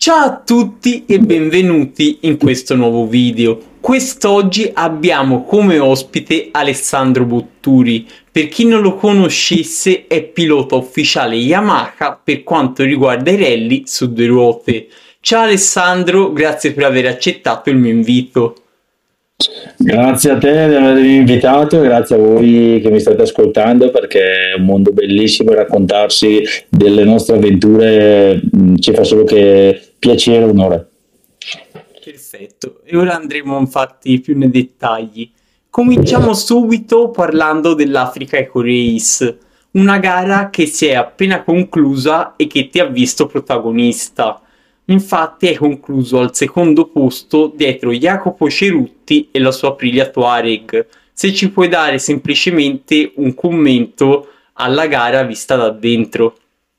Ciao a tutti e benvenuti in questo nuovo video. Quest'oggi abbiamo come ospite Alessandro Botturi. Per chi non lo conoscesse, è pilota ufficiale Yamaha per quanto riguarda i rally su due ruote. Ciao Alessandro, grazie per aver accettato il mio invito. Grazie a te di avermi invitato e grazie a voi che mi state ascoltando, perché è un mondo bellissimo e raccontarsi delle nostre avventure ci fa solo che piacere e onore. Perfetto, e ora andremo infatti più nei dettagli. Cominciamo subito parlando dell'Africa Eco Race, una gara che si è appena conclusa e che ti ha visto protagonista. Infatti hai concluso al secondo posto dietro Jacopo Cerutti e la sua Aprilia Touareg. Se ci puoi dare semplicemente un commento alla gara vista da dentro.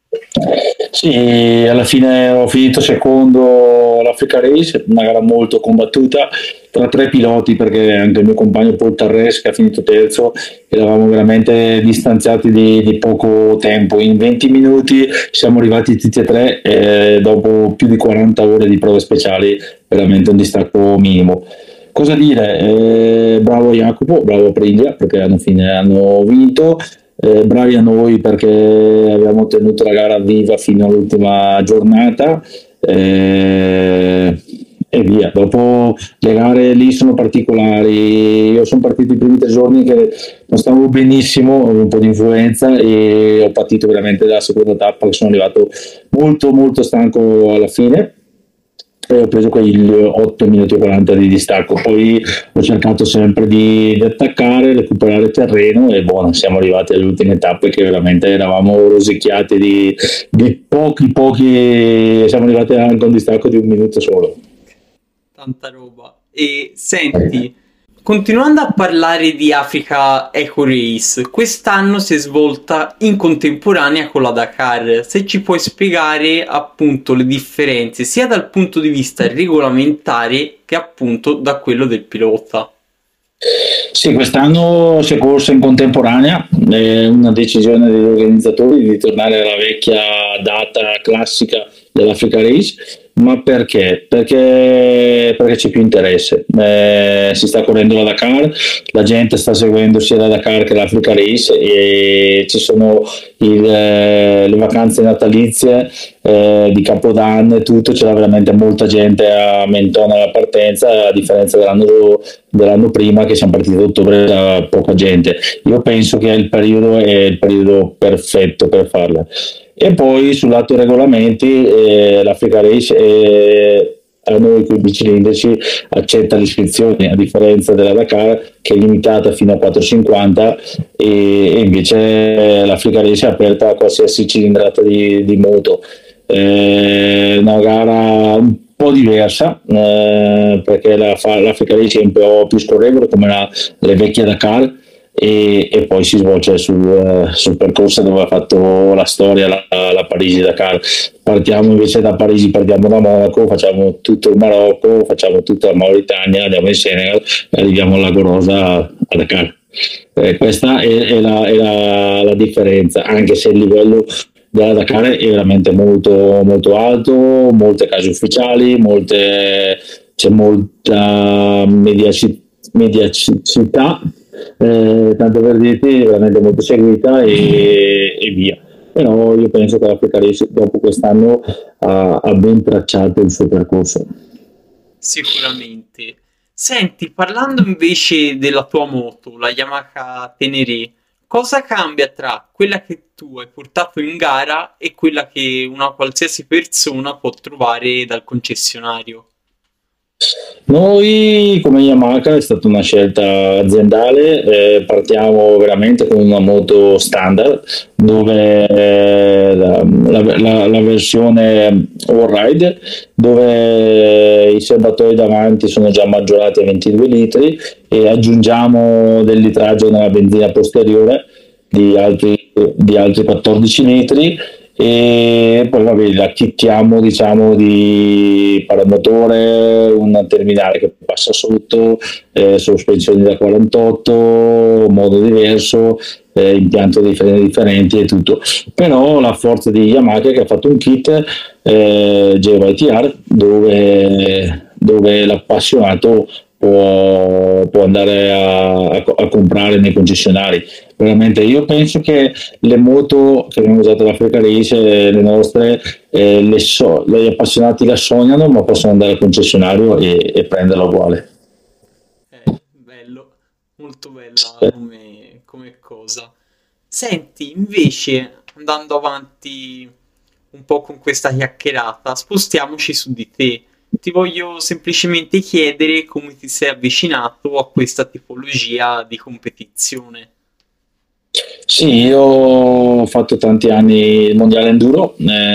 Sì, alla fine ho finito secondo l'Africa Race, una gara molto combattuta tra tre piloti, perché anche il mio compagno Paul Tarres, che ha finito terzo, eravamo veramente distanziati di poco tempo. In 20 minuti siamo arrivati tutti e tre, dopo più di 40 ore di prove speciali, veramente un distacco minimo. Cosa dire? Bravo Jacopo, bravo Aprilia, perché alla fine hanno vinto. Bravi a noi perché abbiamo tenuto la gara viva fino all'ultima giornata, e via. Dopo le gare lì sono particolari. Io sono partito i primi 3 giorni che non stavo benissimo, avevo un po' di influenza e ho partito veramente dalla seconda tappa, che sono arrivato molto molto stanco alla fine. E ho preso quei 8 minuti e 40 di distacco, poi ho cercato sempre di attaccare, recuperare terreno e buono, siamo arrivati alle ultime tappe che veramente eravamo rosicchiati di pochi, siamo arrivati anche a un distacco di un minuto solo. Tanta roba. E senti, continuando a parlare di Africa Eco Race, quest'anno si è svolta in contemporanea con la Dakar. Se ci puoi spiegare appunto le differenze sia dal punto di vista regolamentare che appunto da quello del pilota. Sì, quest'anno si è corsa in contemporanea, è una decisione degli organizzatori di tornare alla vecchia data classica dell'Africa Race. Ma perché? Perché c'è più interesse. Si sta correndo la Dakar, la gente sta seguendo sia la Dakar che l'Africa Race e ci sono le vacanze natalizie, di Capodanno e tutto, c'era veramente molta gente a Mentone alla partenza, a differenza dell'anno prima che siamo partiti a ottobre da poca gente. Io penso che è il periodo perfetto per farla. E poi sul lato regolamenti, l'Africa Race, a noi con i bicilindrici accetta le iscrizioni, a differenza della Dakar che è limitata fino a 450, e invece l'Africa Race è aperta a qualsiasi cilindrata di moto. Una gara un po' diversa, perché l'Africa Race è un po' più scorrevole come le vecchie Dakar, e poi si svolge sul percorso dove ha fatto la storia la Parigi-Dakar. Partiamo invece da Parigi, partiamo da Monaco, facciamo tutto il Marocco, facciamo tutta la Mauritania, andiamo in Senegal e arriviamo al Lago Rosa a Dakar. Questa è la differenza, anche se il livello della Dakar è veramente molto, molto alto, molte case ufficiali, c'è molta mediacità, tanto per dirti, veramente molto seguita e via. Però io penso che l'Africa Race dopo quest'anno ha ben tracciato il suo percorso. Sicuramente. Senti, parlando invece della tua moto, la Yamaha Tenere, cosa cambia tra quella che tu hai portato in gara e quella che una qualsiasi persona può trovare dal concessionario? Noi come Yamaha è stata una scelta aziendale, partiamo veramente con una moto standard dove la versione all-ride, dove i serbatoi davanti sono già maggiorati a 22 litri e aggiungiamo del litraggio nella benzina posteriore di altri 14 litri, e poi vabbè, la kittiamo diciamo di paramotore, un terminale che passa sotto, sospensioni da 48, modo diverso, impianto di freni differenti e tutto. Però la forza di Yamaha è che ha fatto un kit JYTR dove l'appassionato può andare a comprare nei concessionari. Veramente io penso che le moto che abbiamo usato all'Africa Race, le nostre, gli appassionati la sognano, ma possono andare al concessionario e prenderla uguale. Bello, molto bella come cosa. Senti, invece, andando avanti un po' con questa chiacchierata, spostiamoci su di te. Ti voglio semplicemente chiedere come ti sei avvicinato a questa tipologia di competizione. Sì, io ho fatto tanti anni il mondiale enduro,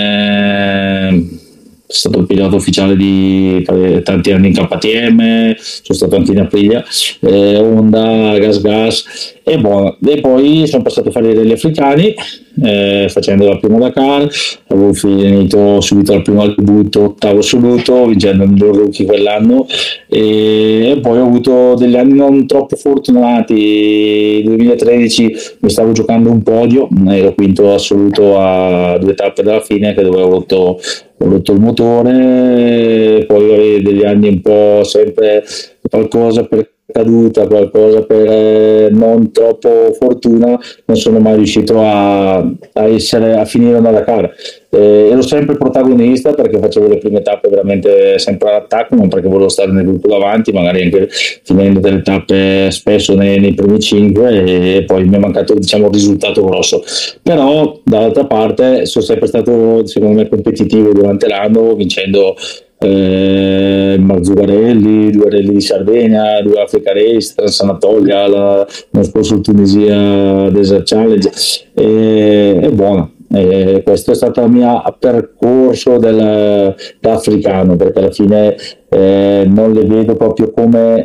sono stato il pilota ufficiale di tanti anni in KTM, sono stato anche in Aprilia, Honda, Gas Gas e, e poi sono passato a fare i rally africani facendo la prima Dakar, avevo finito subito al primo debutto, ottavo assoluto, vincendo il miglior rookie quell'anno e poi ho avuto degli anni non troppo fortunati. Nel 2013 mi stavo giocando un podio, ero quinto assoluto a 2 tappe dalla fine che dove ho rotto il motore, poi degli anni un po' sempre qualcosa per caduta, qualcosa per non troppo fortuna, non sono mai riuscito a finire una Dakar. Ero sempre protagonista perché facevo le prime tappe veramente sempre all'attacco, non perché volevo stare nel gruppo davanti, magari anche finendo delle tappe spesso nei primi 5 e poi mi è mancato diciamo un risultato grosso. Però dall'altra parte sono sempre stato secondo me competitivo durante l'anno, vincendo Marzugarelli, 2 rally di Sardegna, 2 Africa Race, Transanatolia, l'anno scorso il Tunisia Desert Challenge, è buona. Questo è stato il mio percorso da africano, perché alla fine non le vedo proprio come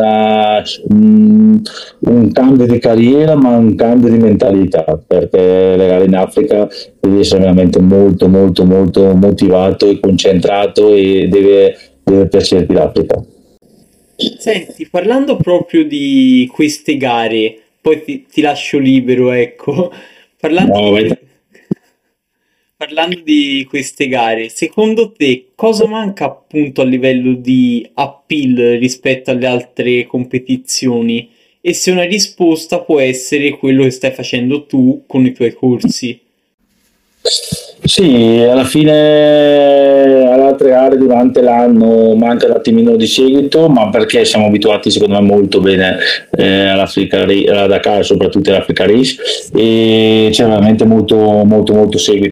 un cambio di carriera, ma un cambio di mentalità, perché le gare in Africa devi essere veramente molto molto molto motivato e concentrato e deve piacerti l'Africa. Senti, parlando proprio di queste gare, poi ti lascio libero, ecco. Parlando No, di, parlando di queste gare, secondo te cosa manca appunto a livello di appeal rispetto alle altre competizioni? E se una risposta può essere quello che stai facendo tu con i tuoi corsi? sì, alla fine alle altre gare durante l'anno manca un attimino di seguito, ma perché siamo abituati secondo me molto bene alla Dakar, soprattutto all'Africa Race, e c'è veramente molto molto molto seguito.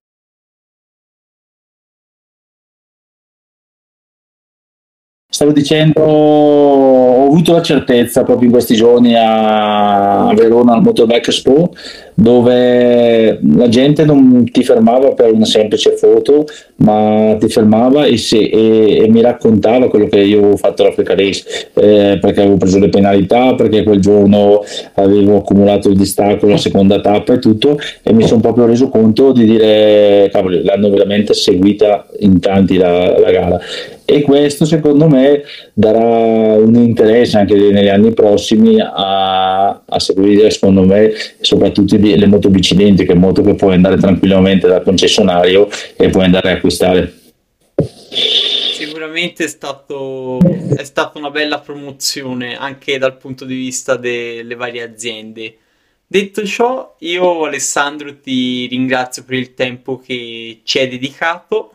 Stavo dicendo, ho avuto la certezza proprio in questi giorni a Verona al Motorbike Expo, dove la gente non ti fermava per una semplice foto, ma ti fermava e mi raccontava quello che io avevo fatto all'Africa Race, perché avevo preso le penalità, perché quel giorno avevo accumulato il distacco, la seconda tappa e tutto, e mi sono proprio reso conto di dire, cavolo, l'hanno veramente seguita in tanti la gara. E questo secondo me darà un interesse anche negli anni prossimi a seguire secondo me soprattutto le moto bicidenti, che è moto che puoi andare tranquillamente dal concessionario e puoi andare a acquistare. Sicuramente è stata una bella promozione anche dal punto di vista delle varie aziende. Detto ciò, io Alessandro ti ringrazio per il tempo che ci hai dedicato.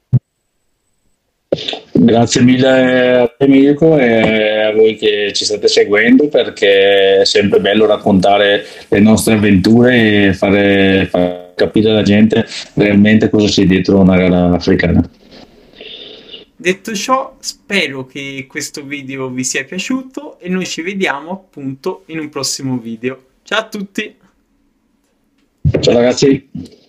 Grazie mille a te Mirko e a voi che ci state seguendo, perché è sempre bello raccontare le nostre avventure e far capire alla gente realmente cosa c'è dietro una gara africana. Detto ciò, spero che questo video vi sia piaciuto e noi ci vediamo appunto in un prossimo video. Ciao a tutti! Ciao ragazzi!